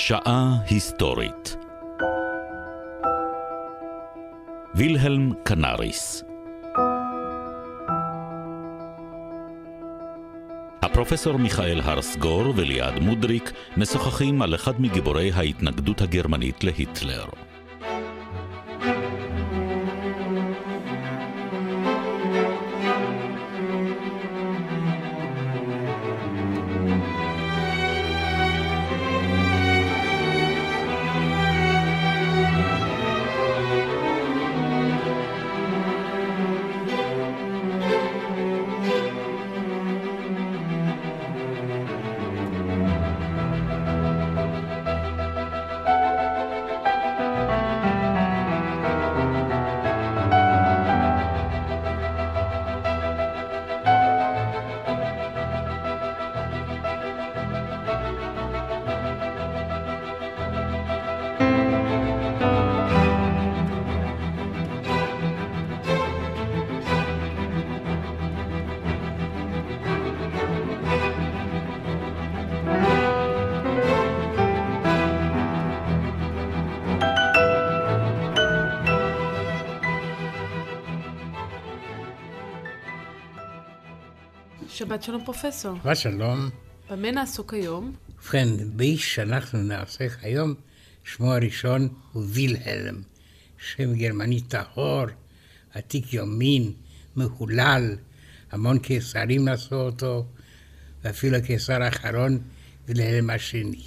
שעה היסטורית. וילהלם קנאריס. הפרופסור מיכאל הרסגור וליעד מודריק משוחחים על אחד מגיבורי ההתנגדות הגרמנית להיטלר. שבת שלום פרופסור. שבת שלום. במה נעסוק היום? ובכן, באיש שאנחנו נעסק היום, שמו הראשון הוא וילהלם, שם גרמני טהור, עתיק יומין, מהולל, המון קיסרים נשאו אותו, ואפילו הקיסר האחרון וילהלם השני.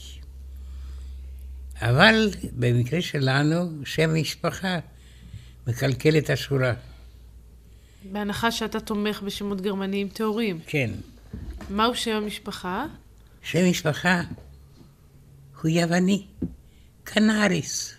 אבל במקרה שלנו, שם משפחה מקלקל את השורה. בהנחה שאתה תומך בשמות גרמניים תיאוריים. כן. מהו שם המשפחה? שם משפחה הוא יווני, קנאריס.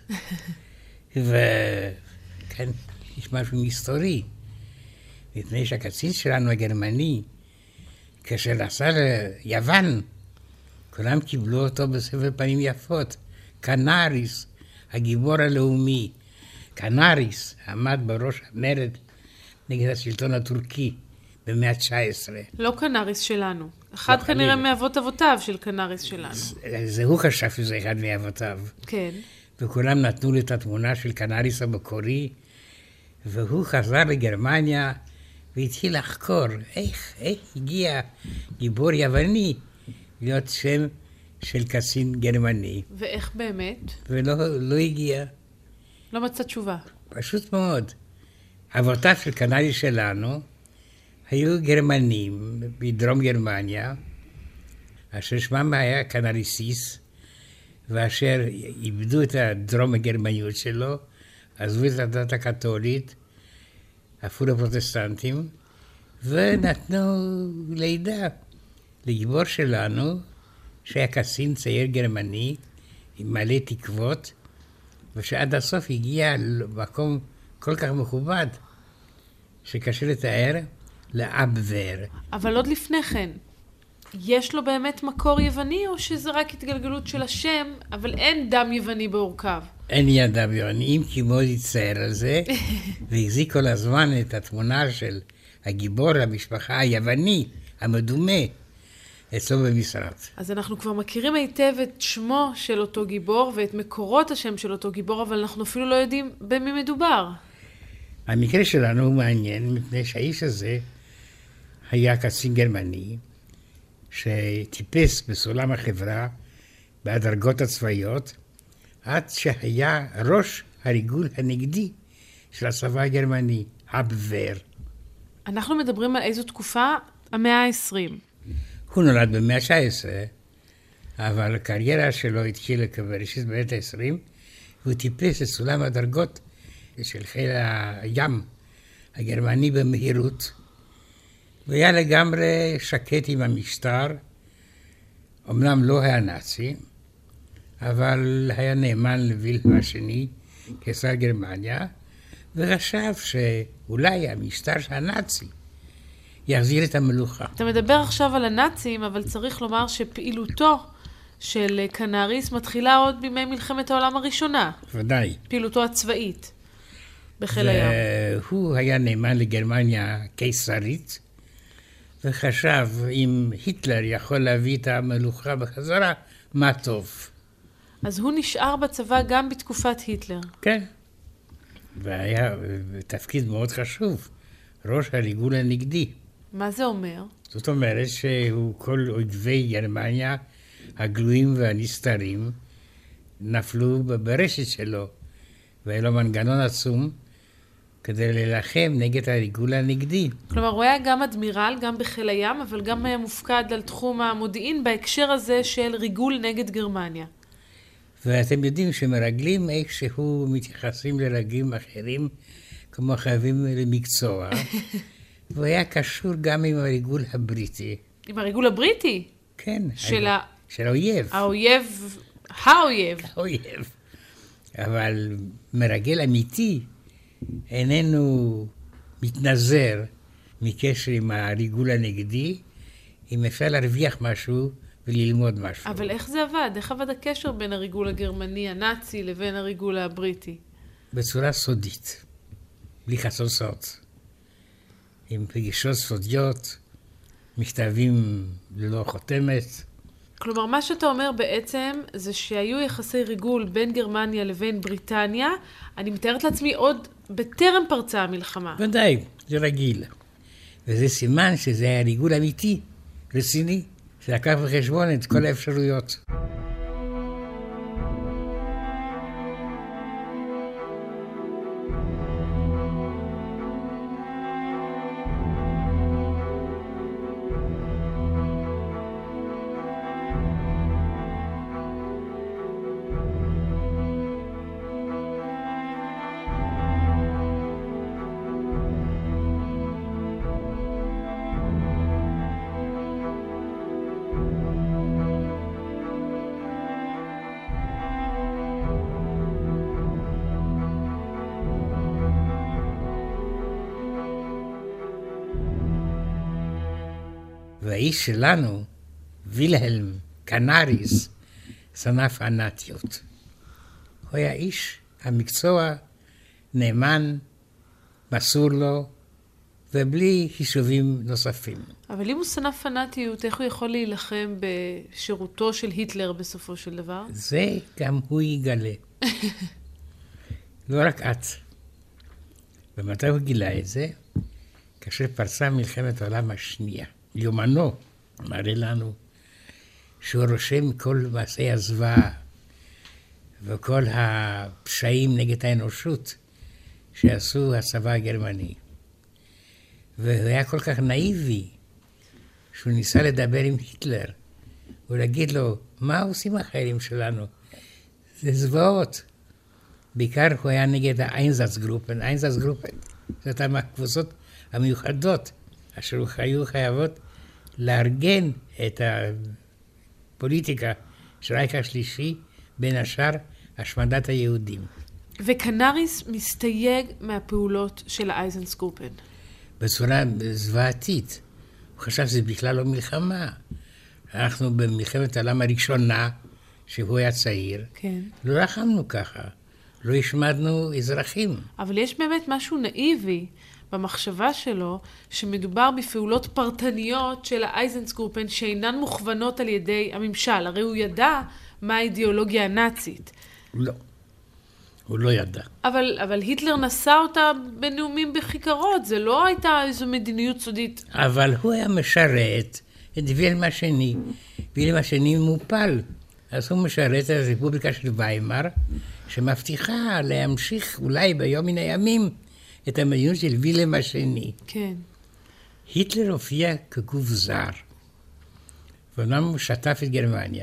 וכאן יש משהו מסתורי. מפני שהקצין שלנו הגרמני, כאשר נסע ליוון, כולם קיבלו אותו בסבר פנים יפות. קנאריס, הגיבור הלאומי. קנאריס עמד בראש המרד נגד השלטון הטורקי במאה ה-19. לא קנאריס שלנו. אחד כנראה מאבות אבותיו של קנאריס שלנו. זה הוא חשב שזה אחד מאבותיו. כן. וכולם נתנו לי את התמונה של קנאריס המקורי, והוא חזר לגרמניה והתחיל לחקור איך הגיע גיבור יווני להיות שם של קצין גרמני. ואיך באמת? ולא הגיע. לא מצא תשובה. פשוט מאוד. אבותיו של קנאריס שלנו היו גרמנים בדרום גרמניה, אשר שמם היה קנאריסיס, ואשר איבדו את הדרום הגרמניות שלו, עזבו את הדת הקתולית, הפכו לפרוטסטנטים, ונתנו לידה לגיבור שלנו, שהיה קצין צעיר גרמני, עם מלא תקוות, ושעד הסוף הגיע למקום כל כך מכובד, שקשה לתאר, לאבוור. אבל עוד לפני כן, יש לו באמת מקור יווני, או שזה רק התגלגלות של השם, אבל אין דם יווני באורכיו? אין לי דם יווני, אם כי מאוד יצטער על זה, והחזיק כל הזמן את התמונה של הגיבור המשפחה היווני, המדומה, אצלו במשרד. אז אנחנו כבר מכירים היטב את שמו של אותו גיבור, ואת מקורות השם של אותו גיבור, אבל אנחנו אפילו לא יודעים במי מדובר. המקרה שלנו הוא מעניין, מפני שהאיש הזה היה קצין גרמני, שטיפס בסולם החברה, בדרגות הצבאיות, עד שהיה ראש הריגול הנגדי של הצבא הגרמני, אבוור. אנחנו מדברים על איזו תקופה? המאה ה-20. הוא נולד במאה ה-19, אבל הקריירה שלו התחילה בראשית במאה ה-20, והוא טיפס את סולם הדרגות של חיל הים הגרמני במהירות, והיה לגמרי שקט עם המשטר, אמנם לא היה נאצי, אבל היה נאמן לווילהלם השני, קיסר גרמניה, וחשב שאולי המשטר הנאצי יחזיר את המלוכה. אתה מדבר עכשיו על הנאצים, אבל צריך לומר שפעילותו של קנאריס מתחילה עוד בימי מלחמת העולם הראשונה. ודאי. פעילותו הצבאית בחיל הים. והוא היה נאמן לגרמניה קיסרית, וחשב אם היטלר יכול להביא את המלוכה בחזרה, מה טוב. אז הוא נשאר בצבא גם בתקופת היטלר. כן. והיה תפקיד מאוד חשוב, ראש הריגול הנגדי. מה זה אומר? זאת אומרת שהוא כל אויבי גרמניה, הגלויים והנסתרים, נפלו ברשת שלו, והיה לו מנגנון עצום כדי להילחם נגד הריגול הנגדי. כלומר, הוא היה גם אדמירל, גם בחיל הים, אבל גם היה מופקד על תחום המודיעין בהקשר הזה של ריגול נגד גרמניה. ואתם יודעים שמרגלים איכשהו מתייחסים לרגלים אחרים כמו חייבים למקצוע, והוא היה קשור גם עם הריגול הבריטי. עם הריגול הבריטי? כן. של האויב. האויב. אבל מרגל אמיתי איננו מתנזר מקשר עם הריגול הנגדי, אם אפשר להרוויח משהו וללמוד משהו. אבל איך זה עבד? איך עבד הקשר בין הריגול הגרמני הנאצי לבין הריגול הבריטי? בצורה סודית, בלי חסוסות, עם פגישות סודיות, מכתבים ללא חותמת. כלומר, מה שאתה אומר בעצם זה שהיו יחסי ריגול בין גרמניה לבין בריטניה, אני מתארת לעצמי עוד בטרם פרצה המלחמה. ודאי, זה רגיל. וזה סימן שזה היה ריגול אמיתי, רציני, שלקח בחשבון את כל האפשרויות. והאיש שלנו, וילהלם קנריס, שנא פנאטיות. הוא היה איש המקצוע, נאמן, מסור לו, ובלי חישובים נוספים. אבל אם הוא שנא פנאטיות, איך הוא יכול להילחם בשירותו של היטלר בסופו של דבר? זה גם הוא יגלה. לא רק את. ומתי הוא גילה את זה? כאשר פרצה מלחמת העולם השנייה. יומנו מראה לנו שהוא רושם כל מעשי הזוועה וכל הפשעים נגד האנושות שעשו הצבא הגרמני. והוא היה כל כך נאיבי שהוא ניסה לדבר עם היטלר ולהגיד לו, מה עושים החיילים שלנו? זה זוועות. בעיקר הוא היה נגד האיינזצגרופן. האיינזצגרופן זאת הקבוצות המיוחדות אשר היו חייבות לארגן את הפוליטיקה של הרייך השלישי, בין השאר השמדת היהודים. וקנריס מסתייג מהפעולות של האייזנגרופן. בצורה זוועתית. הוא חשב שזה בכלל לא מלחמה. אנחנו במלחמת העולם הראשונה, שהוא היה צעיר, כן. לא רחמנו ככה. לא השמדנו אזרחים. אבל יש באמת משהו נאיבי במחשבה שלו, שמדובר בפעולות פרטניות של האייזנגרופן שאינן מוכוונות על ידי הממשל. הרי הוא ידע מה האידיאולוגיה הנאצית. לא. הוא לא ידע. אבל היטלר נשא אותה בנאומים בכיכרות. זה לא הייתה איזו מדיניות סודית. אבל הוא היה משרת את וילהלם השני. וילהלם השני מופל. אז הוא משרת את הרפובליקה של ויימאר, שמבטיחה להמשיך אולי ביום מן הימים את המדיניות של וילהלם השני. כן. היטלר הופיע כגוף זר. ואומנם הוא שטף את גרמניה.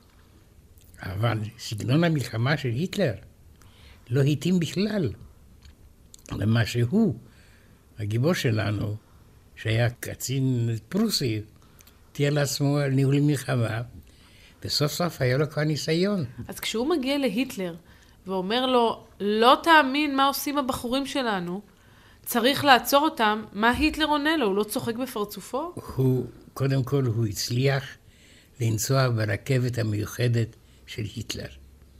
אבל סגנון המלחמה של היטלר לא התאים בכלל למה שהוא, הגיבור שלנו, שהיה קצין פרוסי, תיאר לעצמו על ניהול מלחמה, וסוף סוף היה לו כבר ניסיון. אז כשהוא מגיע להיטלר ואומר לו, לא תאמין מה עושים הבחורים שלנו, צריך לעצור אותם, מה היטלר עונה לו? הוא לא צוחק בפרצופו? קודם כל הוא הצליח לנסוע ברכבת המיוחדת של היטלר.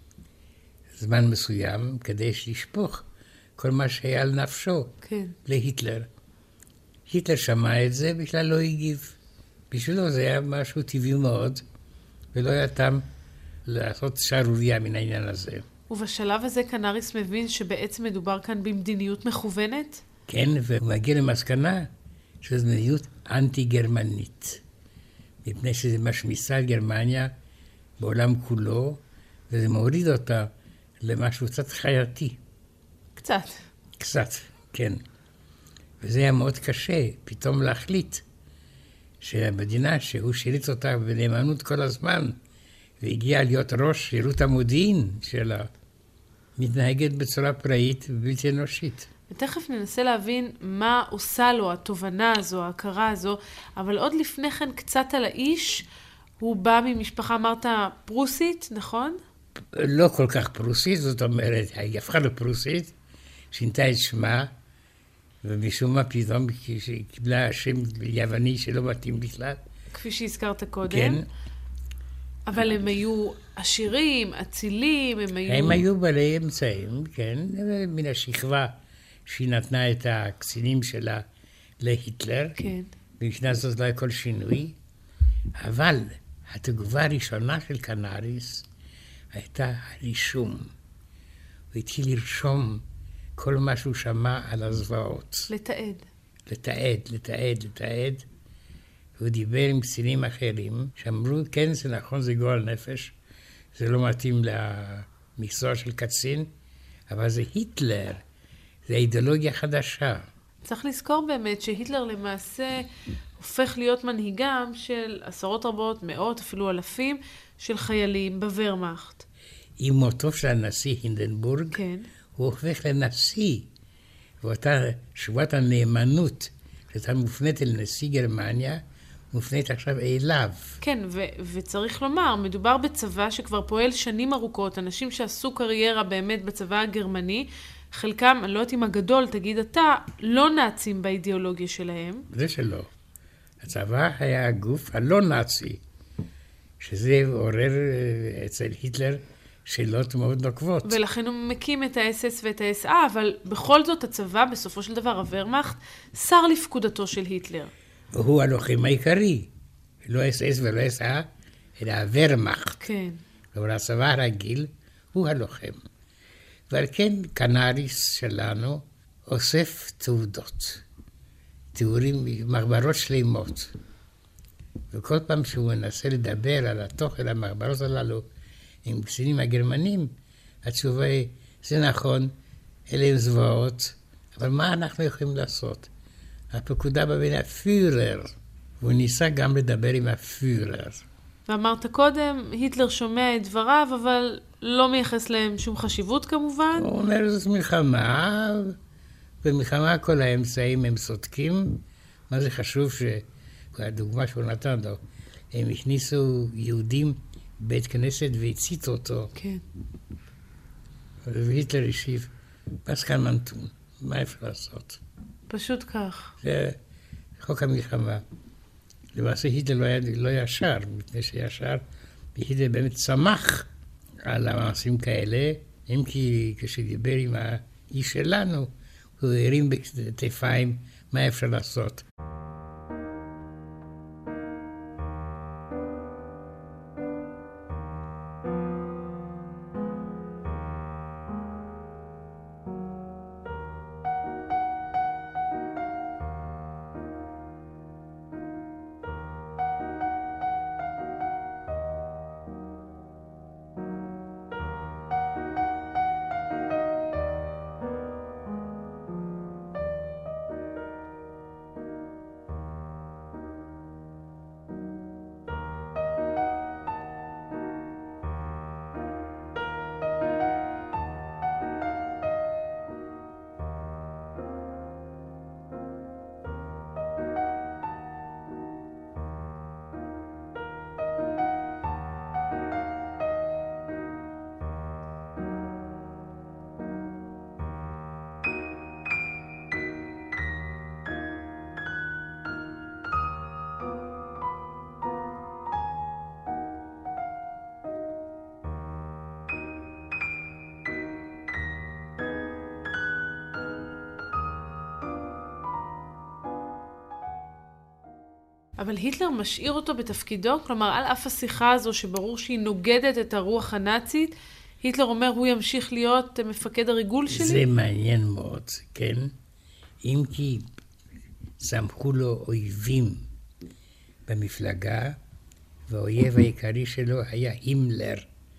זמן מסוים כדי לשפוך כל מה שהיה על נפשו כן. להיטלר. היטלר שמע את זה, בכלל לא הגיב. בשבילו זה היה משהו טבעי מאוד, ולא היה טעם לעשות שערוריה מן העניין הזה. ובשלב הזה קנריס מבין שבעצם מדובר כאן במדיניות מכוונת? כן, והוא מגיע למסקנה שזו מדיניות אנטי-גרמנית. מפני שזה משמיסה על גרמניה בעולם כולו, וזה מוריד אותה למשהו קצת חייתי. קצת. קצת, כן. וזה היה מאוד קשה, פתאום להחליט שהמדינה שהוא שירת אותה בנאמנות כל הזמן, והגיע להיות ראש שירות המודיעין שלה, מתנהגת בצורה פראית ובלתי אנושית. ותכף ננסה להבין מה עושה לו התובנה הזו, ההכרה הזו, אבל עוד לפני כן קצת על האיש, הוא בא ממשפחה, אמרת, פרוסית, נכון? לא כל כך פרוסית, זאת אומרת, היא הפכה לפרוסית, שינתה את שמה, ומשום מה פתאום היא קיבלה שם יווני שלא מתאים בכלל. כפי שהזכרת קודם. כן. אבל הם היו עשירים, אצילים, הם היו בעלי אמצעים, כן, מן השכבה שהיא נתנה את הקצינים שלה להיטלר. כן. מבחינה זאת לא היה כל שינוי, אבל התגובה הראשונה של קנריס הייתה הרישום. הוא התחיל לרשום כל מה שהוא שמע על הזוועות. לתעד. והוא דיבר עם קצינים אחרים, שאמרו, כן, זה נכון, זה גועל נפש, זה לא מתאים למקצוע של קצין, אבל זה היטלר, זה אידיאולוגיה חדשה. צריך לזכור באמת שהיטלר למעשה הופך להיות מנהיגם של עשרות רבות, מאות, אפילו אלפים, של חיילים בוורמאכט. עם מותו של הנשיא הינדנבורג, כן. הוא הופך לנשיא, ואותה שבועת הנאמנות, שהייתה מופנית אל נשיא גרמניה, מופנית עכשיו אליו. כן, וצריך לומר, מדובר בצבא שכבר פועל שנים ארוכות, אנשים שעשו קריירה באמת בצבא הגרמני, חלקם, אני לא יודעת אם הגדול, תגיד אתה, לא נאצים באידיאולוגיה שלהם. זה שלא. הצבא היה הגוף הלא נאצי, שזה עורר אצל היטלר שאלות מאוד נוקבות. ולכן הוא מקים את ה-SS ואת ה-SA, אבל בכל זאת הצבא, בסופו של דבר, הוורמאכט, שר לפקודתו של היטלר. הוא הלוחם העיקרי, לא SS ולא SA, אלא הוורמאכט. כן. אבל הצבא הרגיל הוא הלוחם. ועל כן קנריס שלנו אוסף תעודות, תיאורים, מחברות שלמות. וכל פעם שהוא מנסה לדבר על התוכן המחברות הללו עם קצינים הגרמנים, התשובה היא, זה נכון, אלה הם זוועות, אבל מה אנחנו יכולים לעשות? הפקודה בבין הפיורר, והוא ניסה גם לדבר עם הפיורר. ואמרת קודם, היטלר שומע את דבריו, אבל לא מייחס להם שום חשיבות כמובן. הוא אומר, זאת מלחמה, במלחמה כל האמצעים הם צודקים. מה זה חשוב הדוגמה שהוא נתן לו, הם הכניסו יהודים בית כנסת והציתו אותו. כן. והיטלר השיב, פסקן מנטון, מה אפשר לעשות? פשוט כך. זה חוק המלחמה. למעשה היטלר לא ישר, מפני שישר, והיטלר באמת צמח על המעשים כאלה, אם כי כשדיבר עם האיש שלנו, הוא הרים בכתפיים מה אפשר לעשות. אבל היטלר משאיר אותו בתפקידו? כלומר, על אף השיחה הזו שברור שהיא נוגדת את הרוח הנאצית, היטלר אומר, הוא ימשיך להיות מפקד הריגול שלי? זה מעניין מאוד, כן? אם כי צמחו לו אויבים במפלגה, והאויב העיקרי שלו היה הימלר,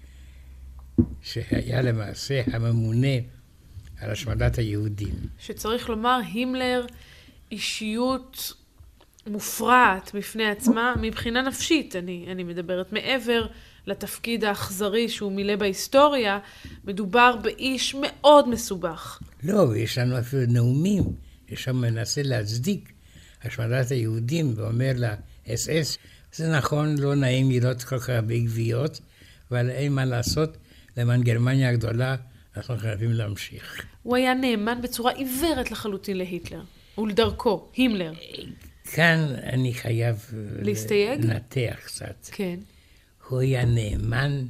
שהיה למעשה הממונה על השמדת היהודים. שצריך לומר, הימלר אישיות מופרעת בפני עצמה, מבחינה נפשית, אני מדברת מעבר לתפקיד האכזרי שהוא מילא בהיסטוריה, מדובר באיש מאוד מסובך. לא, יש לנו אפילו נאומים, ששם מנסה להצדיק השמדת היהודים, ואומר ל-SS, זה נכון, לא נעים לראות כל כך הרבה גוויות, אבל אין מה לעשות, למען גרמניה הגדולה, אנחנו חייבים להמשיך. הוא היה נאמן בצורה עיוורת לחלוטין להיטלר, ולדרכו, הימלר. כאן אני חייב להסתייג? לנתח קצת. כן. הוא היה נאמן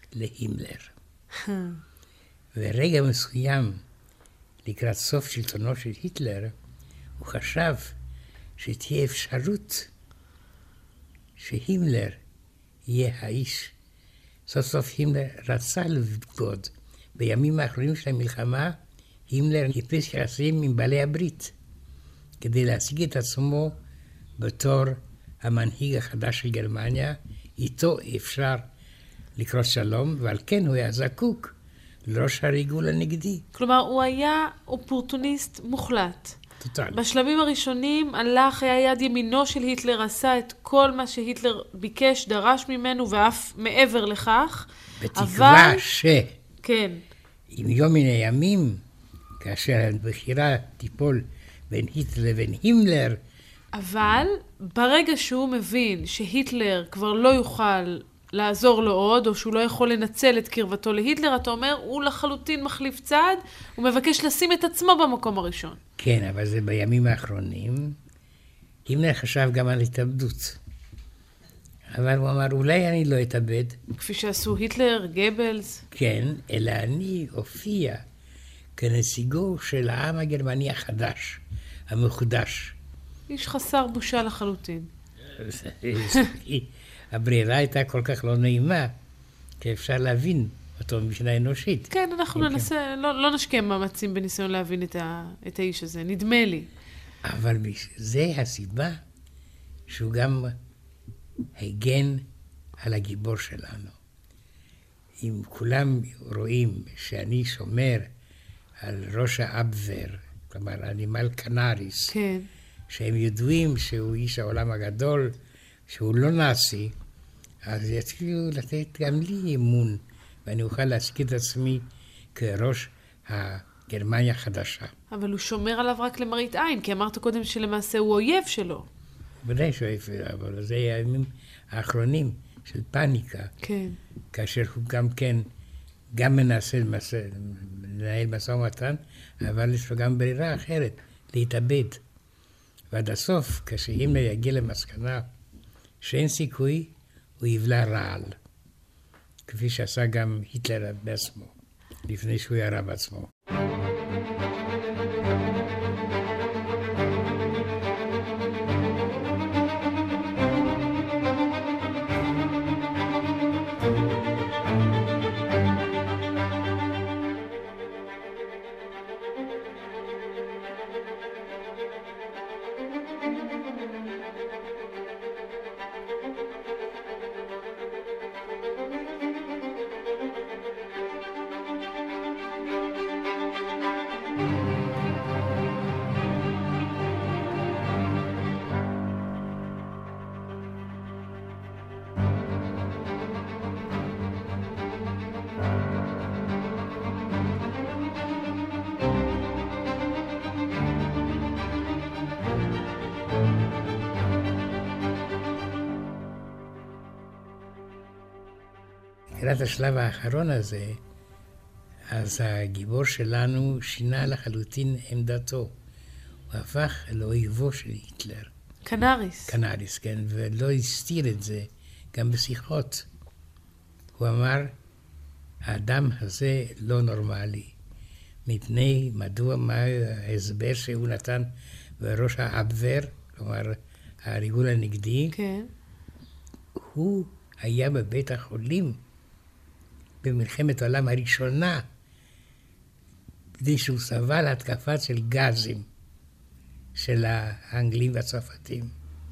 להימלר. ורגע מסוים, לקראת סוף שלטונו של היטלר, הוא חשב שתהיה אפשרות שהימלר יהיה האיש. סוף סוף הימלר רצה לבגוד. בימים האחרונים של המלחמה, הימלר חיפש יחסים עם בעלי הברית, כדי להשיג את עצמו בתור המנהיג החדש של גרמניה. איתו אפשר לקרוא שלום, ועל כן הוא היה זקוק לראש הריגול הנגדי. כלומר, הוא היה אופורטוניסט מוחלט. טוטל. בשלבים הראשונים הלך, היה יד ימינו של היטלר, עשה את כל מה שהיטלר ביקש, דרש ממנו, ואף מעבר לכך. בתקווה כן. אם יום מן הימים, כאשר הבחירה תיפול בין היטלר לבין הימלר, אבל ברגע שהוא מבין שהיטלר כבר לא יוכל לעזור לו עוד, או שהוא לא יכול לנצל את קרבתו להיטלר, אתה אומר, הוא לחלוטין מחליף צעד, הוא מבקש לשים את עצמו במקום הראשון. כן, אבל זה בימים האחרונים. הימלר חשב גם על התאבדות. אבל הוא אמר, אולי אני לא אתאבד. כפי שעשו היטלר, גבלס. כן, אלא אני הופיע כנציגו של העם הגרמני החדש, המחודש. איש חסר בושה לחלוטין. הברירה הייתה כל כך לא נעימה, כי אפשר להבין אותו מבחינה אנושית. כן, אנחנו ננסה, לא נשקיע מאמצים בניסיון להבין את האיש הזה, נדמה לי. אבל זה הסיבה שהוא גם הגן על הגיבור שלנו. אם כולם רואים שאני שומר על ראש האבוור, כלומר, אנימל קנריס, כן. שהם ידועים שהוא איש העולם הגדול, שהוא לא נאצי, אז יתחילו לתת גם לי אמון, ואני אוכל להשקיע את עצמי כראש הגרמניה החדשה. אבל הוא שומר עליו רק למראית עין, כי אמרת קודם שלמעשה הוא אויב שלו. ודאי שהוא אויב, אבל זה הימים האחרונים של פאניקה. כן. כאשר הוא גם מנסה לנהל משא ומתן, אבל יש לו גם ברירה אחרת, להתאבד. ועד הסוף, כשהימלר יגיע למסקנה שאין סיכוי, הוא יבלע רעל. כפי שעשה גם היטלר בעצמו, לפני שהוא ירה בעצמו. לקראת השלב האחרון הזה, אז הגיבור שלנו שינה לחלוטין עמדתו. הוא הפך לאויבו של היטלר. קנריס. קנריס, כן, ולא הסתיר את זה, גם בשיחות. הוא אמר, האדם הזה לא נורמלי. מה ההסבר שהוא נתן בראש האבוור, כלומר, הריגול הנגדי, כן. הוא היה בבית החולים במלחמת העולם הראשונה, כדי שהוא סבל התקפה של גזים של האנגלים והצרפתים.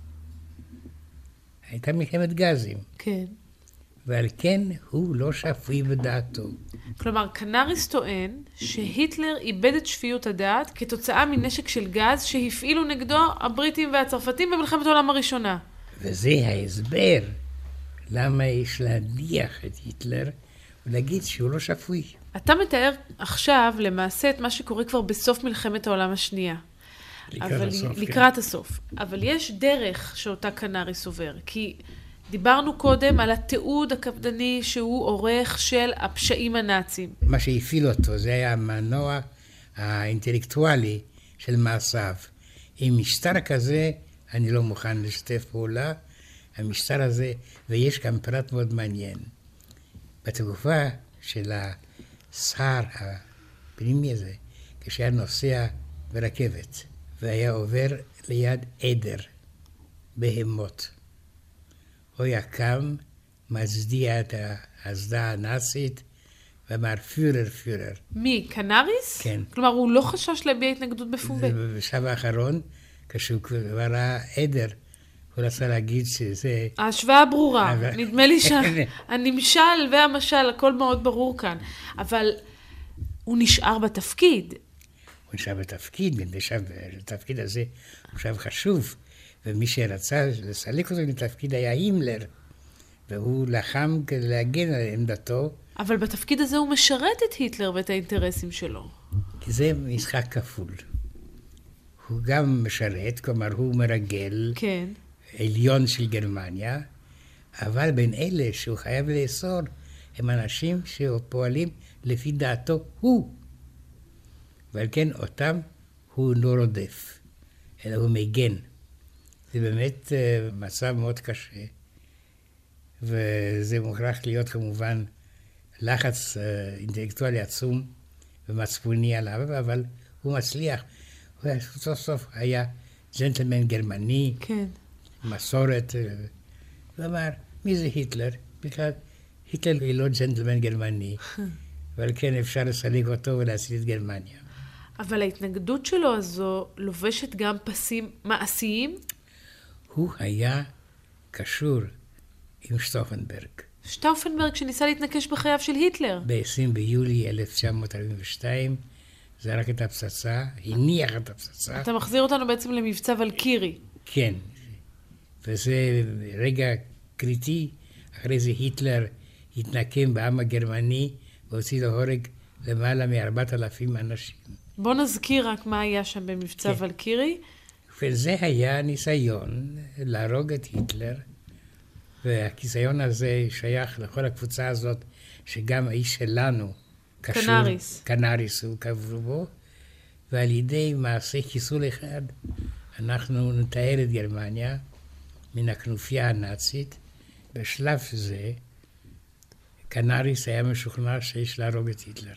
הייתה מלחמת גזים. כן. ועל כן הוא לא שפוי בדעתו. כלומר, קנריס טוען שהיטלר איבד את שפיות הדעת כתוצאה מנשק של גז שהפעילו נגדו הבריטים והצרפתים במלחמת העולם הראשונה. וזה ההסבר למה יש להדיח את היטלר ולהגיד שהוא לא שפוי. אתה מתאר עכשיו למעשה את מה שקורה כבר בסוף מלחמת העולם השנייה. לקראת הסוף. אבל יש דרך שאותה קנריס עובר, כי דיברנו קודם על התיעוד הקפדני שהוא עורך של הפשעים הנאציים. מה שהפעיל אותו זה היה המנוע האינטלקטואלי של מעשיו. עם משטר כזה אני לא מוכן לשתף פעולה, המשטר הזה, ויש גם פרט מאוד מעניין. בתקופה של השר הפנימי הזה, כשהיה נוסע ברכבת, והיה עובר ליד עדר, בהמות. הוא היה קם, מצדיע את ההסדה הנאצית, ואמר פיורר, פיורר. מי? קנריס? כן. כלומר, הוא לא חשש להביע התנגדות בפומבי. בשלב האחרון, כשהוא כבר ראה עדר, הוא רצה להגיד שזה... ההשוואה ברורה. נדמה לי שהנמשל והמשל, הכל מאוד ברור כאן. אבל הוא נשאר בתפקיד. הוא נשאר בתפקיד, בתפקיד הזה הוא עכשיו חשוב, ומי שרצה לסלק אותו מתפקיד היה הימלר, והוא לחם כדי להגן על עמדתו. אבל בתפקיד הזה הוא משרת את היטלר ואת האינטרסים שלו. כי זה משחק כפול. הוא גם משרת, כלומר הוא מרגל, כן. עליון של גרמניה, אבל בין אלה שהוא חייב לאסור, הם אנשים שפועלים לפי דעתו הוא. ועל כן אותם הוא לא רודף, אלא הוא מגן. זה באמת מצב מאוד קשה, וזה מוכרח להיות כמובן לחץ אינטלקטואלי עצום ומצפוני עליו, אבל הוא מצליח. הוא סוף סוף היה ג'נטלמן גרמני, כן. מסורת, הוא אמר, מי זה היטלר? בכלל, היטלר הוא לא ג'נטלמן גרמני, ועל כן אפשר לסלק אותו ולהציל את גרמניה. אבל ההתנגדות שלו הזו לובשת גם פסים מעשיים? הוא היה קשור עם שטאופנברג. שטאופנברג שניסה להתנקש בחייו של היטלר. ב-20 ביולי 1942, זרק את הפצצה, הניח את הפצצה. אתה מחזיר אותנו בעצם למבצע ולקירי. כן, וזה רגע קריטי. אחרי זה היטלר התנקם בעם הגרמני והוציא להורג למעלה מ4,000 אנשים. בוא נזכיר רק מה היה שם במבצע כן. ולקירי. וזה היה ניסיון להרוג את היטלר, והכיסיון הזה שייך לכל הקבוצה הזאת, שגם האיש שלנו קשור. קנריס. קנריס הוא קבור בו, ועל ידי מעשה חיסול אחד, אנחנו נתאר את גרמניה מן הכנופיה הנאצית. בשלב זה, קנריס היה משוכנע שיש להרוג את היטלר.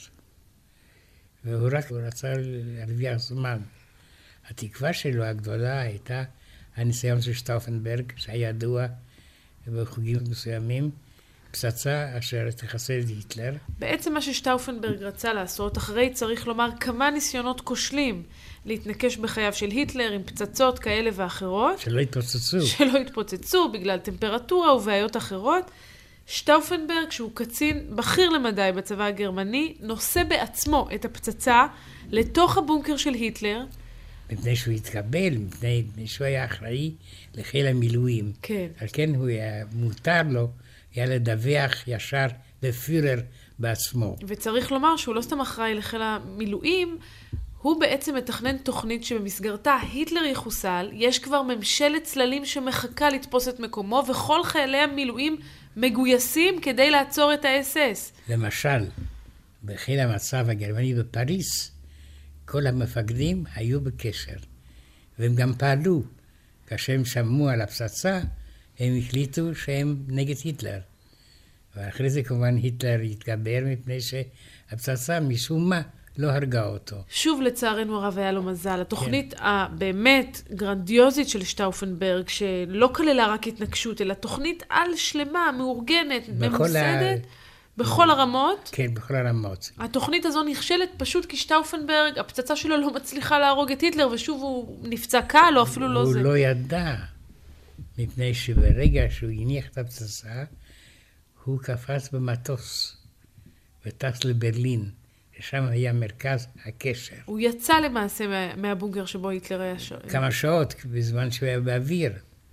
והוא רק רצה להרוויח זמן. התקווה שלו הגדולה הייתה הניסיון של שטאופנברג, שהיה ידוע בחוגים מסוימים, פצצה אשר תחסל את היטלר. בעצם מה ששטאופנברג רצה לעשות, אחרי צריך לומר כמה ניסיונות כושלים להתנקש בחייו של היטלר עם פצצות כאלה ואחרות. שלא התפוצצו. שלא התפוצצו בגלל טמפרטורה ובעיות אחרות. שטאופנברג, שהוא קצין בכיר למדי בצבא הגרמני, נושא בעצמו את הפצצה לתוך הבונקר של היטלר. מפני שהוא התקבל, מפני שהוא היה אחראי לחיל המילואים. כן. על כן הוא היה, מותר לו היה לדווח ישר לפיורר בעצמו. וצריך לומר שהוא לא סתם אחראי לחיל המילואים, הוא בעצם מתכנן תוכנית שבמסגרתה היטלר יחוסל, יש כבר ממשלת צללים שמחכה לתפוס את מקומו, וכל חיילי המילואים מגויסים כדי לעצור את האס-אס. למשל, בחיל המצב הגרמני בפריס, כל המפקדים היו בקשר, והם גם פעלו. כאשר הם שמעו על הפצצה, הם החליטו שהם נגד היטלר. ואחרי זה כמובן היטלר התגבר מפני שהפצצה משום מה לא הרגה אותו. שוב לצערנו הרב היה לו מזל. התוכנית הבאמת גרנדיוזית של שטאופנברג, שלא כללה רק התנגשות, אלא תוכנית על שלמה, מאורגנת, ממוסדת, בכל הרמות. כן, בכל הרמות. התוכנית הזו נכשלת פשוט כי שטאופנברג, הפצצה שלו לא מצליחה להרוג את היטלר, ושוב הוא נפצע קל, או אפילו לא זה. הוא לא ידע, מפני שברגע שהוא הניח את הפצצה, הוא קפץ במטוס, וטס לברלין. ושם היה מרכז הקשר. הוא יצא למעשה מהבונקר שבו היטלר היה כמה שעות בזמן שהוא היה באוויר.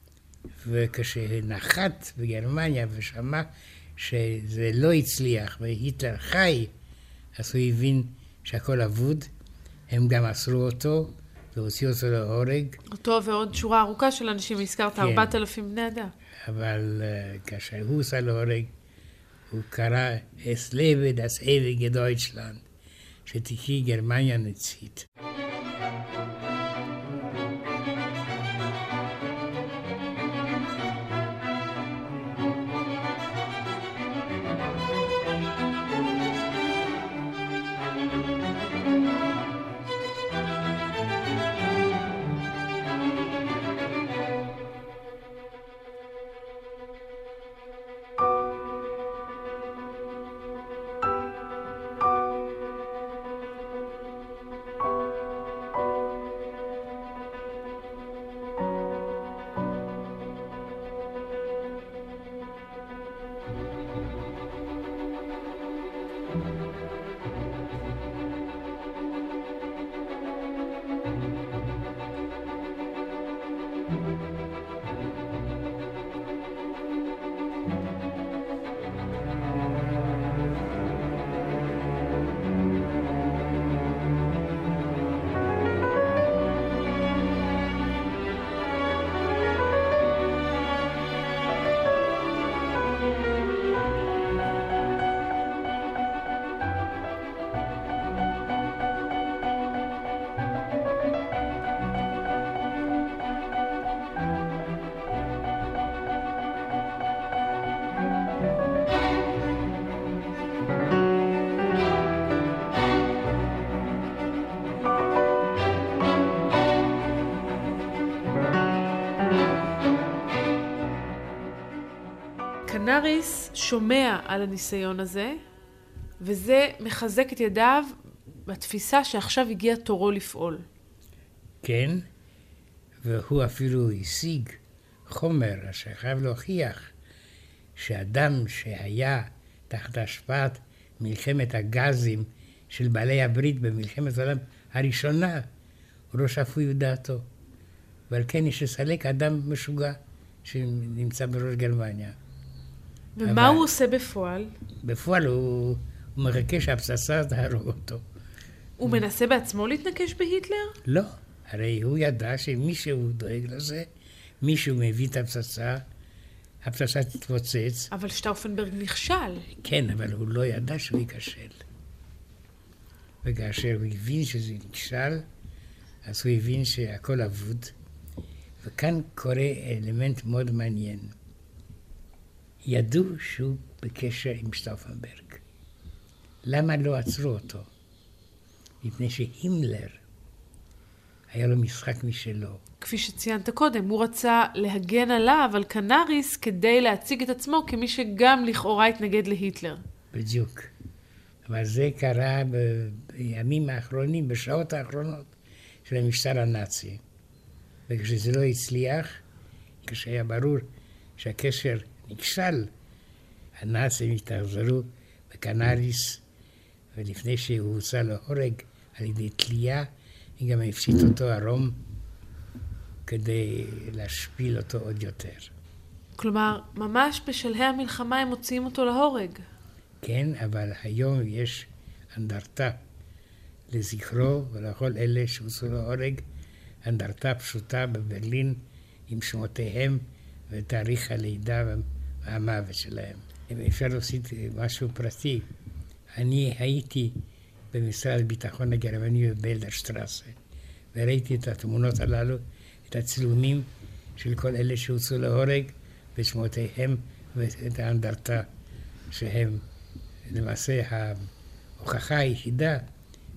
וכשנחת בגרמניה ושמע שזה לא הצליח והיטלר חי, אז הוא הבין שהכל אבוד. הם גם אסרו אותו והוציאו אותו להורג. אותו ועוד שורה ארוכה של אנשים, הזכרת 4,000 בני אדם. אבל כאשר הוא הוצא להורג, הוא קרא Es lebe das ewige Deutschland. שתחי גרמניה נצחית. קנריס שומע על הניסיון הזה, וזה מחזק את ידיו בתפיסה שעכשיו הגיע תורו לפעול. כן, והוא אפילו השיג חומר שחייב להוכיח שאדם שהיה תחת השפעת מלחמת הגזים של בעלי הברית במלחמת העולם הראשונה, הוא לא שפוי בדעתו. ועל כן יש לסלק אדם משוגע שנמצא בראש גרמניה. ומה הוא עושה בפועל? בפועל הוא מחכה שהפצצה תהרוג אותו. הוא מנסה בעצמו להתנקש בהיטלר? לא, הרי הוא ידע שמישהו דואג לזה, מישהו מביא את הפצצה, הפצצה תתפוצץ. אבל שטאופנברג נכשל. כן, אבל הוא לא ידע שהוא ייכשל. וכאשר הוא הבין שזה נכשל, אז הוא הבין שהכל אבוד. וכאן קורה אלמנט מאוד מעניין. ידעו שהוא בקשר עם שטאופנברג. למה לא עצרו אותו? מפני שהימלר היה לו משחק משלו. כפי שציינת קודם, הוא רצה להגן עליו, על קנריס, כדי להציג את עצמו כמי שגם לכאורה התנגד להיטלר. בדיוק. אבל זה קרה בימים האחרונים, בשעות האחרונות של המשטר הנאצי. וכשזה לא הצליח, כשהיה ברור שהקשר נכשל, הנאצים התאכזרו בקנריס, ולפני שהוא הוצא להורג על ידי תלייה, היא גם הפשיט אותו ערום כדי להשפיל אותו עוד יותר. כלומר, ממש בשלהי המלחמה הם מוציאים אותו להורג. כן, אבל היום יש אנדרטה לזכרו ולכל אלה שהוצאו להורג, אנדרטה פשוטה בברלין עם שמותיהם ותאריך הלידה והמוות שלהם. אם אפשר להוסיף משהו פרטי, אני הייתי במשרד הביטחון הגרמני בבלדרשטרסה, וראיתי את התמונות הללו, את הצילומים של כל אלה שהוצאו להורג, ושמותיהם ואת האנדרטה, שהם למעשה ההוכחה היחידה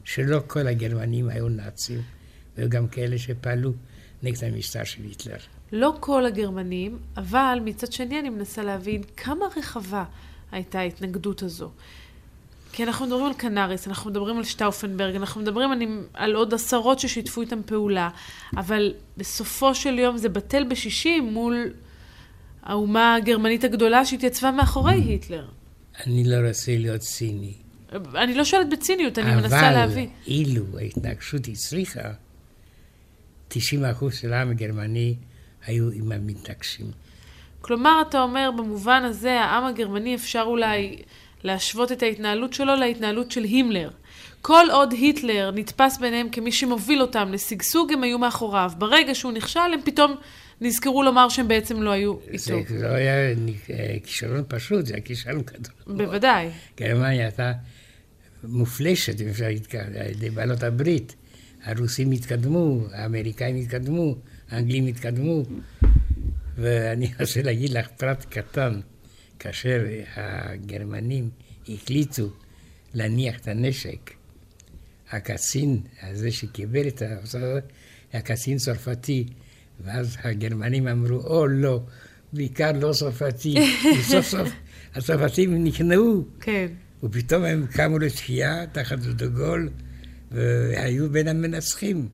שלא כל הגרמנים היו נאצים, וגם כאלה שפעלו נגד המשטר של היטלר. לא כל הגרמנים, אבל מצד שני אני מנסה להבין כמה רחבה הייתה ההתנגדות הזו. כי אנחנו מדברים על קנריס, אנחנו מדברים על שטאופנברג, אנחנו מדברים על עוד עשרות ששיתפו איתם פעולה, אבל בסופו של יום זה בטל בשישים מול האומה הגרמנית הגדולה שהתייצבה מאחורי היטלר. אני לא רוצה להיות ציני. אני לא שואלת בציניות, אני מנסה להביא. אבל אילו ההתנגשות הצליחה, 90% של העם הגרמני היו עם המתנגשים. כלומר, אתה אומר, במובן הזה, העם הגרמני אפשר אולי להשוות את ההתנהלות שלו להתנהלות של הימלר. כל עוד היטלר נתפס ביניהם כמי שמוביל אותם לשגשוג, הם היו מאחוריו. ברגע שהוא נכשל, הם פתאום נזכרו לומר שהם בעצם לא היו איתו. זה לא היה כישלון פשוט, זה היה כישלון גדול. בוודאי. גרמניה הייתה מופלשת, אפשר להתקרב, על ידי בעלות הברית. הרוסים התקדמו, האמריקאים התקדמו, האנגלים התקדמו. ואני רוצה להגיד לך פרט קטן, כאשר הגרמנים החליטו להניח את הנשק, הקצין הזה שקיבל את זה, הקצין צרפתי, ואז הגרמנים אמרו, או לא, בעיקר לא צרפתי, וסוף סוף הצרפתים נכנעו. כן. ופתאום הם קמו לתחייה תחת דגול, והיו בין המנצחים.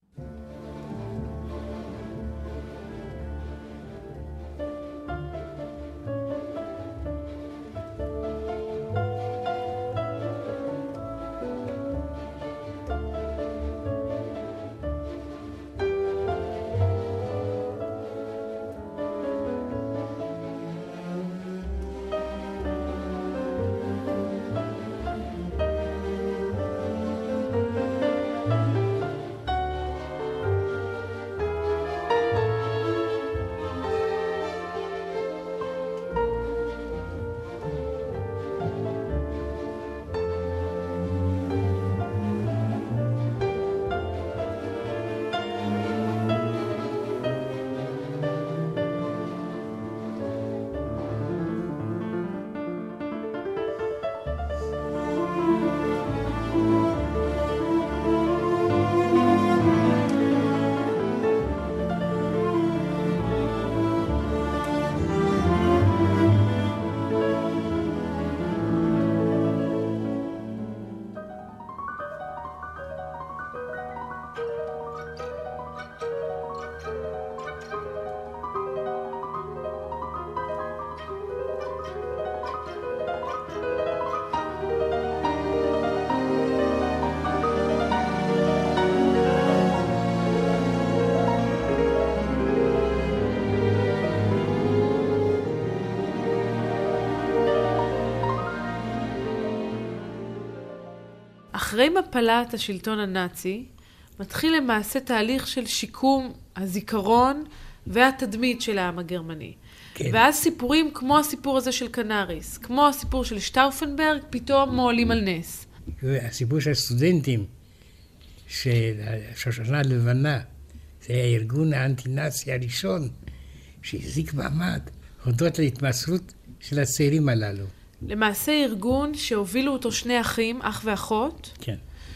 אחרי מפלת השלטון הנאצי, מתחיל למעשה תהליך של שיקום הזיכרון והתדמית של העם הגרמני. כן. ואז סיפורים כמו הסיפור הזה של קנריס, כמו הסיפור של שטאופנברג, פתאום מועלים על נס. הסיפור של הסטודנטים, של השושנה הלבנה, זה היה הארגון האנטי-נאצי הראשון, שהחזיק מעמד, הודות להתמסרות של הצעירים הללו. למעשה ארגון שהובילו אותו שני אחים, אח ואחות, כן.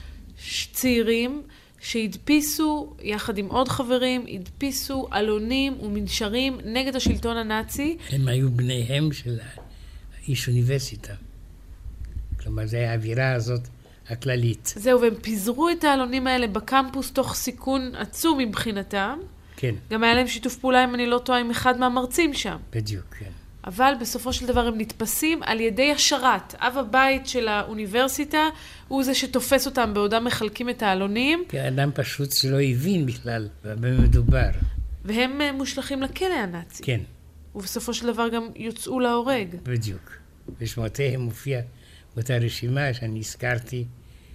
צעירים שהדפיסו, יחד עם עוד חברים, הדפיסו עלונים ומנשרים נגד השלטון הנאצי. הם היו בניהם של איש אוניברסיטה. כלומר, זה היה האווירה הזאת הכללית. זהו, והם פיזרו את העלונים האלה בקמפוס תוך סיכון עצום מבחינתם. כן. גם היה להם שיתוף פעולה, אם אני לא טועה, עם אחד מהמרצים שם. בדיוק, כן. אבל בסופו של דבר הם נתפסים על ידי השרת. אב הבית של האוניברסיטה הוא זה שתופס אותם בעודם מחלקים את העלונים. כאדם פשוט שלא הבין בכלל במה מדובר. והם מושלכים לכלא הנאצי. כן. ובסופו של דבר גם יוצאו להורג. בדיוק. ושמותיהם מופיע באותה רשימה שאני הזכרתי,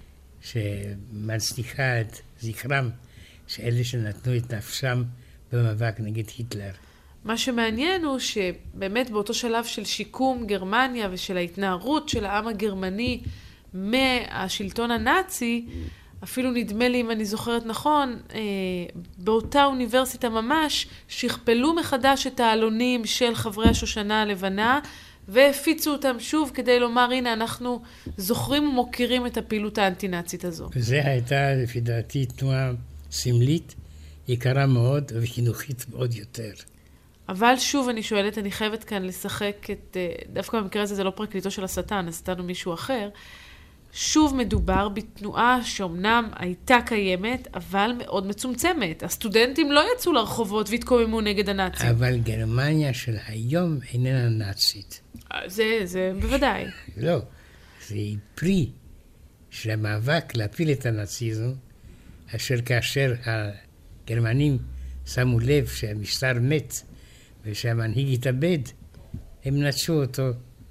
שמנציחה את זכרם שאלה שנתנו את נפשם במאבק נגד היטלר. מה שמעניין הוא שבאמת באותו שלב של שיקום גרמניה ושל ההתנערות של העם הגרמני מהשלטון הנאצי, אפילו נדמה לי, אם אני זוכרת נכון, באותה אוניברסיטה ממש שכפלו מחדש את העלונים של חברי השושנה הלבנה, והפיצו אותם שוב כדי לומר, הנה, אנחנו זוכרים ומוכירים את הפעילות האנטי-נאצית הזו. וזה הייתה, לפי דעתי, תנועה סמלית, יקרה מאוד וחינוכית מאוד יותר. אבל שוב אני שואלת, אני חייבת כאן לשחק את, דווקא במקרה הזה זה לא פרקליטו של השטן, השטן הוא מישהו אחר. שוב מדובר בתנועה שאומנם הייתה קיימת, אבל מאוד מצומצמת. הסטודנטים לא יצאו לרחובות והתקוממו נגד הנאצים. אבל גרמניה של היום איננה נאצית. זה בוודאי. לא, זה פרי של המאבק להפיל את הנאציזם, אשר כאשר הגרמנים שמו לב שהמשטר מת ושהמנהיג התאבד, הם נטשו אותו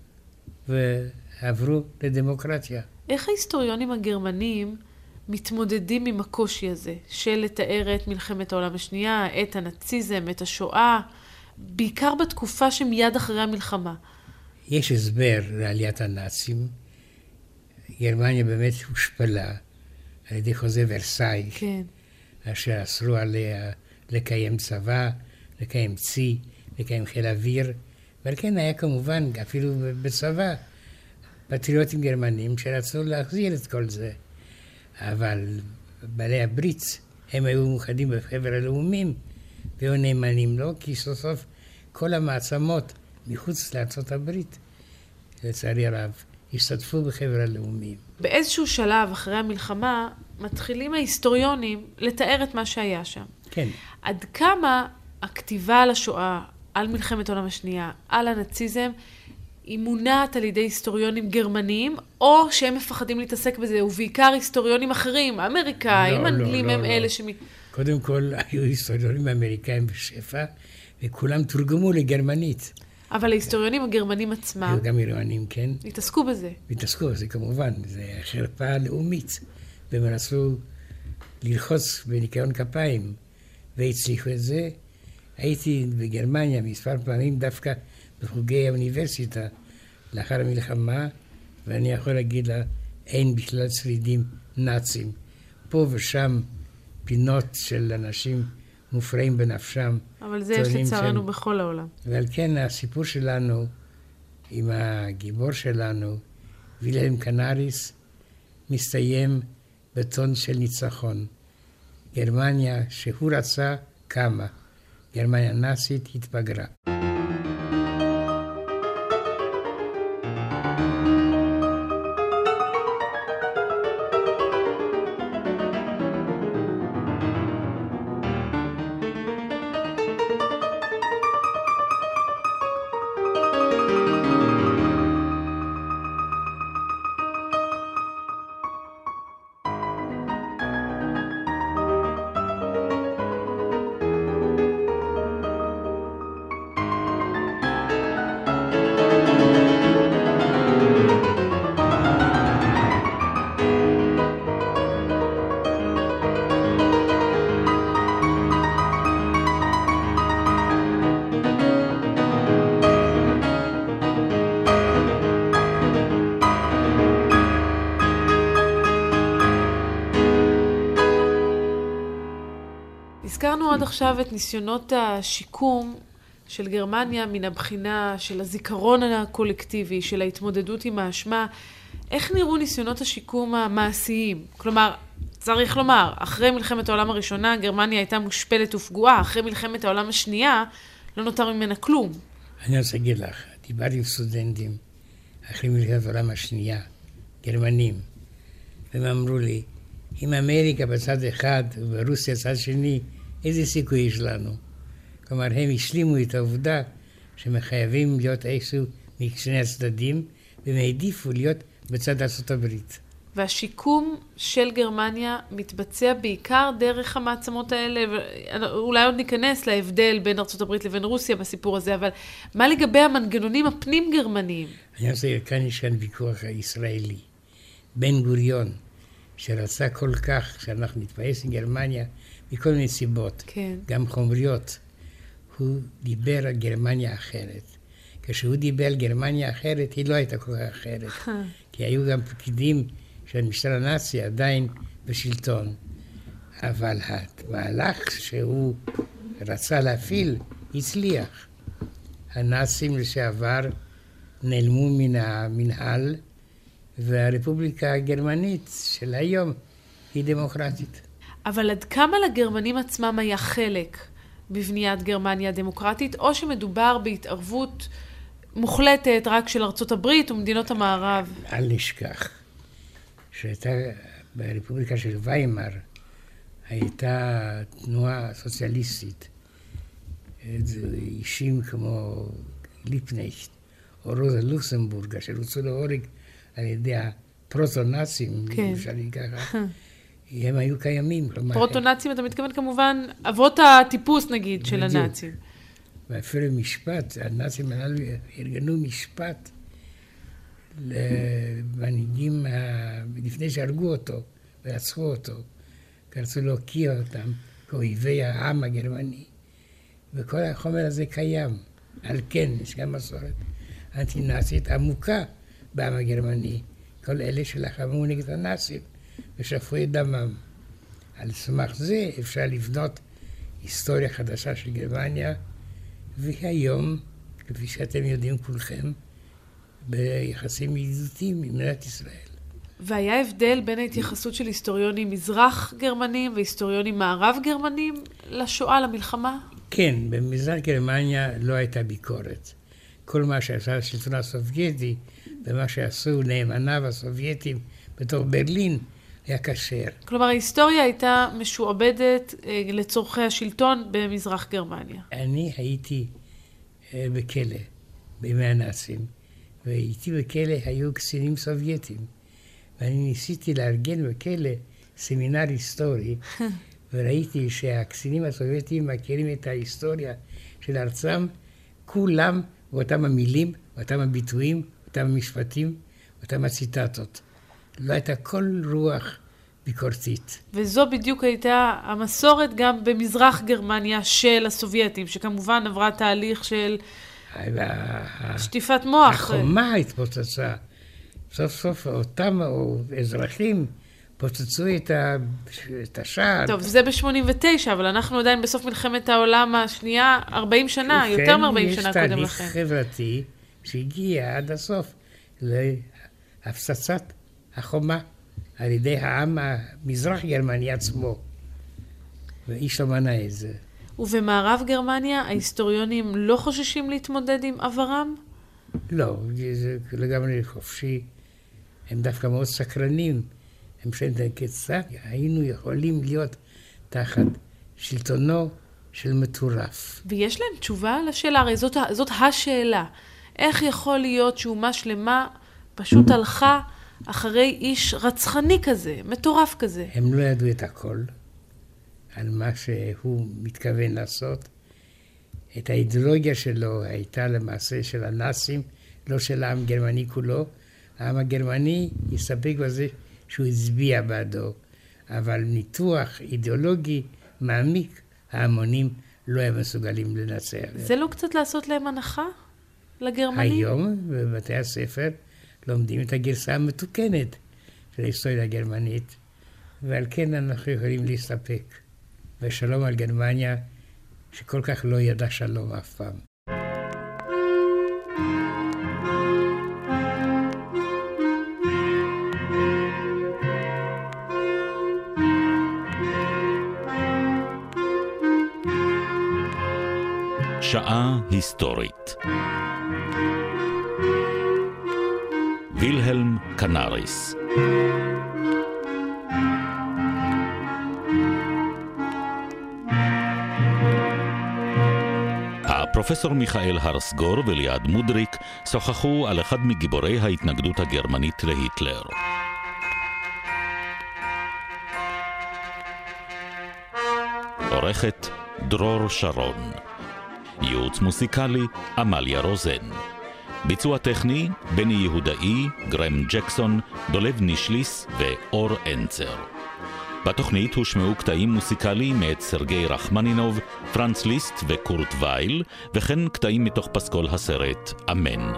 ועברו לדמוקרטיה. איך ההיסטוריונים הגרמנים מתמודדים עם הקושי הזה של לתאר את מלחמת העולם השנייה, את הנאציזם, את השואה, בעיקר בתקופה שמיד אחרי המלחמה? יש הסבר לעליית הנאצים. גרמניה באמת הושפלה על ידי חוזה ורסאי, כן. אשר אסרו עליה לקיים צבא, לקיים צי, לקיים חיל אוויר, ועל כן היה כמובן אפילו בצבא פטריוטים גרמנים שרצו להחזיר את כל זה. אבל בעלי הברית, הם היו מאוחדים בחבר הלאומים, והיו נאמנים לו, כי סוף סוף כל המעצמות מחוץ לארצות הברית, לצערי הרב, השתתפו בחבר הלאומים. באיזשהו שלב אחרי המלחמה, מתחילים ההיסטוריונים לתאר את מה שהיה שם. כן. עד כמה הכתיבה על השואה, על מלחמת העולם השנייה, על הנאציזם, היא מונעת על ידי היסטוריונים גרמניים, או שהם מפחדים להתעסק בזה, ובעיקר היסטוריונים אחרים, אמריקאים, אנגלים, הם אלה קודם כל, היו היסטוריונים אמריקאים בשפע, וכולם תורגמו לגרמנית. אבל ההיסטוריונים הגרמנים עצמם... היו גם גרמנים, כן. התעסקו בזה. התעסקו בזה, כמובן. זה חרפה לאומית. והם רצו ללחוץ בניקיון כפיים, והצליחו את זה. הייתי בגרמניה מספר פעמים דווקא בחוגי האוניברסיטה לאחר המלחמה, ואני יכול להגיד לה, אין בכלל שרידים נאצים. פה ושם פינות של אנשים מופרעים בנפשם. אבל זה יש לצערנו בכל העולם. ועל כן הסיפור שלנו עם הגיבור שלנו, וילהלם קנריס, מסתיים בטון של ניצחון. גרמניה שהוא רצה קמה. גרמניה נאצית התבגרה. הזכרנו עד עכשיו את ניסיונות השיקום של גרמניה מן הבחינה של הזיכרון הקולקטיבי, של ההתמודדות עם האשמה. איך נראו ניסיונות השיקום המעשיים? כלומר, צריך לומר, אחרי מלחמת העולם הראשונה, גרמניה הייתה מושפלת ופגועה. אחרי מלחמת העולם השנייה, לא נותר ממנה כלום. אני רוצה להגיד לך, דיברתי עם סטודנטים אחרי מלחמת העולם השנייה, גרמנים, והם אמרו לי, אם אמריקה בצד אחד וברוסיה בצד שני, איזה סיכוי יש לנו? כלומר, הם השלימו את העובדה שמחייבים להיות איכשהו משני הצדדים, והם העדיפו להיות בצד ארצות הברית. והשיקום של גרמניה מתבצע בעיקר דרך המעצמות האלה, אולי עוד ניכנס להבדל בין ארצות הברית לבין רוסיה בסיפור הזה, אבל מה לגבי המנגנונים הפנים גרמניים? אני רוצה, כאן יש כאן ויכוח הישראלי. בן גוריון, שרצה כל כך שאנחנו נתפייס עם גרמניה מכל מיני סיבות, כן. גם חומריות, הוא דיבר על גרמניה אחרת. כשהוא דיבר על גרמניה אחרת, היא לא הייתה כל כך אחרת. כי היו גם פקידים של המשטר הנאצי עדיין בשלטון. אבל המהלך שהוא רצה להפעיל הצליח. הנאצים לשעבר נעלמו מן המנהל, והרפובליקה הגרמנית של היום היא דמוקרטית. אבל עד כמה לגרמנים עצמם היה חלק בבניית גרמניה הדמוקרטית, או שמדובר בהתערבות מוחלטת רק של ארצות הברית ומדינות המערב? אל נשכח שהייתה ברפובליקה של ויימאר, הייתה תנועה סוציאליסטית. אישים כמו ליפנייכט או רוזה לוקסמבורג, אשר הוצאו להורג על ידי הפרוטו-נאצים, כן. אפשר ככה, הם היו קיימים. פרוטו-נאצים, אתה מתכוון כמובן, אבות הטיפוס נגיד של בדיוק. הנאצים. ואפילו משפט, הנאצים הללו ארגנו משפט למנהיגים לפני שהרגו אותו ורצחו אותו, רצו להוקיע אותם כאויבי העם הגרמני. וכל החומר הזה קיים. על כן, יש גם מסורת אנטי-נאצית עמוקה בעם הגרמני. כל אלה שלחמו נגד הנאצים ושפכו את דמם. על סמך זה אפשר לבנות היסטוריה חדשה של גרמניה, והיום, כפי שאתם יודעים כולכם, ביחסים ידידותיים עם מדינת ישראל. והיה הבדל בין ההתייחסות של היסטוריונים מזרח גרמנים והיסטוריונים מערב גרמנים לשואה, למלחמה? כן, במזרח גרמניה לא הייתה ביקורת. כל מה שעשה השלטון הסובייטי ומה שעשו נאמניו הסובייטים בתוך ברלין היה כשר. כלומר, ההיסטוריה הייתה משועבדת לצורכי השלטון במזרח גרמניה. אני הייתי בכלא בימי הנאצים, ואיתי בכלא היו קצינים סובייטים, ואני ניסיתי לארגן בכלא סמינר היסטורי, וראיתי שהקצינים הסובייטים מכירים את ההיסטוריה של ארצם, כולם באותם המילים, באותם הביטויים, באותם המשפטים, באותם הציטטות. לא הייתה כל רוח ביקורתית. וזו בדיוק הייתה המסורת גם במזרח גרמניה של הסובייטים, שכמובן עברה תהליך של שטיפת מוח. החומה התפוצצה. סוף סוף אותם אזרחים פוצצו את השער. טוב, זה ב-89, אבל אנחנו עדיין בסוף מלחמת העולם השנייה, 40 שנה, יותר מ-40 שנה קודם לכן. יש תהליך חברתי שהגיע עד הסוף להפצצת החומה על ידי העם המזרח גרמני עצמו, ואיש לא מנע את זה. ובמערב גרמניה ההיסטוריונים לא חוששים להתמודד עם עברם? לא, זה לגמרי חופשי. הם דווקא מאוד סקרנים. הם שואלים כיצד היינו יכולים להיות תחת שלטונו של מטורף. ויש להם תשובה לשאלה, הרי זאת השאלה. איך יכול להיות שאומה שלמה פשוט הלכה אחרי איש רצחני כזה, מטורף כזה? הם לא ידעו את הכל על מה שהוא מתכוון לעשות. את האידיאולוגיה שלו הייתה למעשה של הנאצים, לא של העם הגרמני כולו. העם הגרמני יספק בזה שהוא הצביע בעדו, אבל ניתוח אידיאולוגי מעמיק, ההמונים לא הם מסוגלים לנצח. זה לא קצת לעשות להם הנחה לגרמנים? היום בבתי הספר לומדים את הגרסה המתוקנת של ההיסטוריה הגרמנית, ועל כן אנחנו יכולים להסתפק. ושלום על גרמניה, שכל כך לא ידע שלום אף פעם. שעה היסטורית. וילהלם קנריס. הפרופסור מיכאל הרסגור וליעד מודריק שוחחו על אחד מגיבורי ההתנגדות הגרמנית להיטלר. עורכת דרור שרון. ייעוץ מוסיקלי אמליה רוזן. ביצוע טכני בני יהודאי, גרם ג'קסון, דולב נישליס ואור אנצר. בתוכנית הושמעו קטעים מוסיקליים מאת סרגי רחמנינוב, פרנץ ליסט וקורט וייל, וכן קטעים מתוך פסקול הסרט אמן.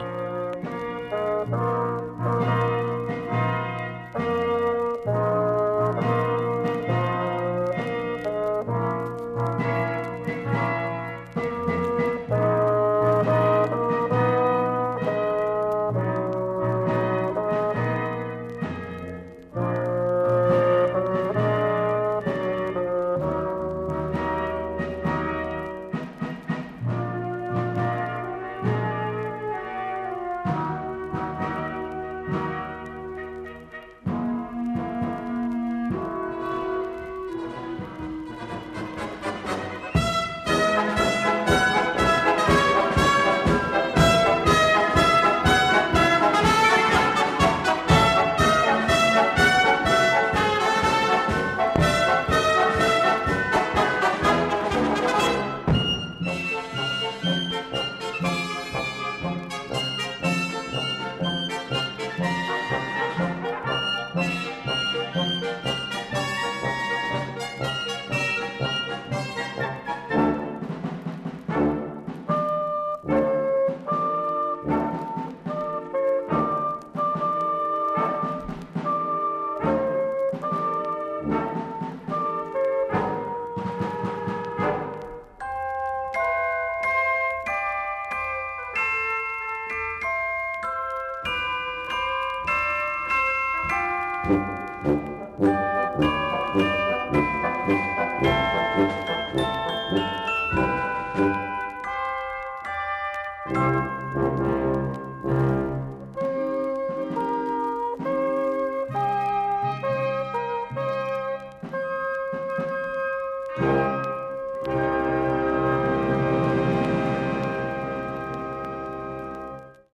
Thank you.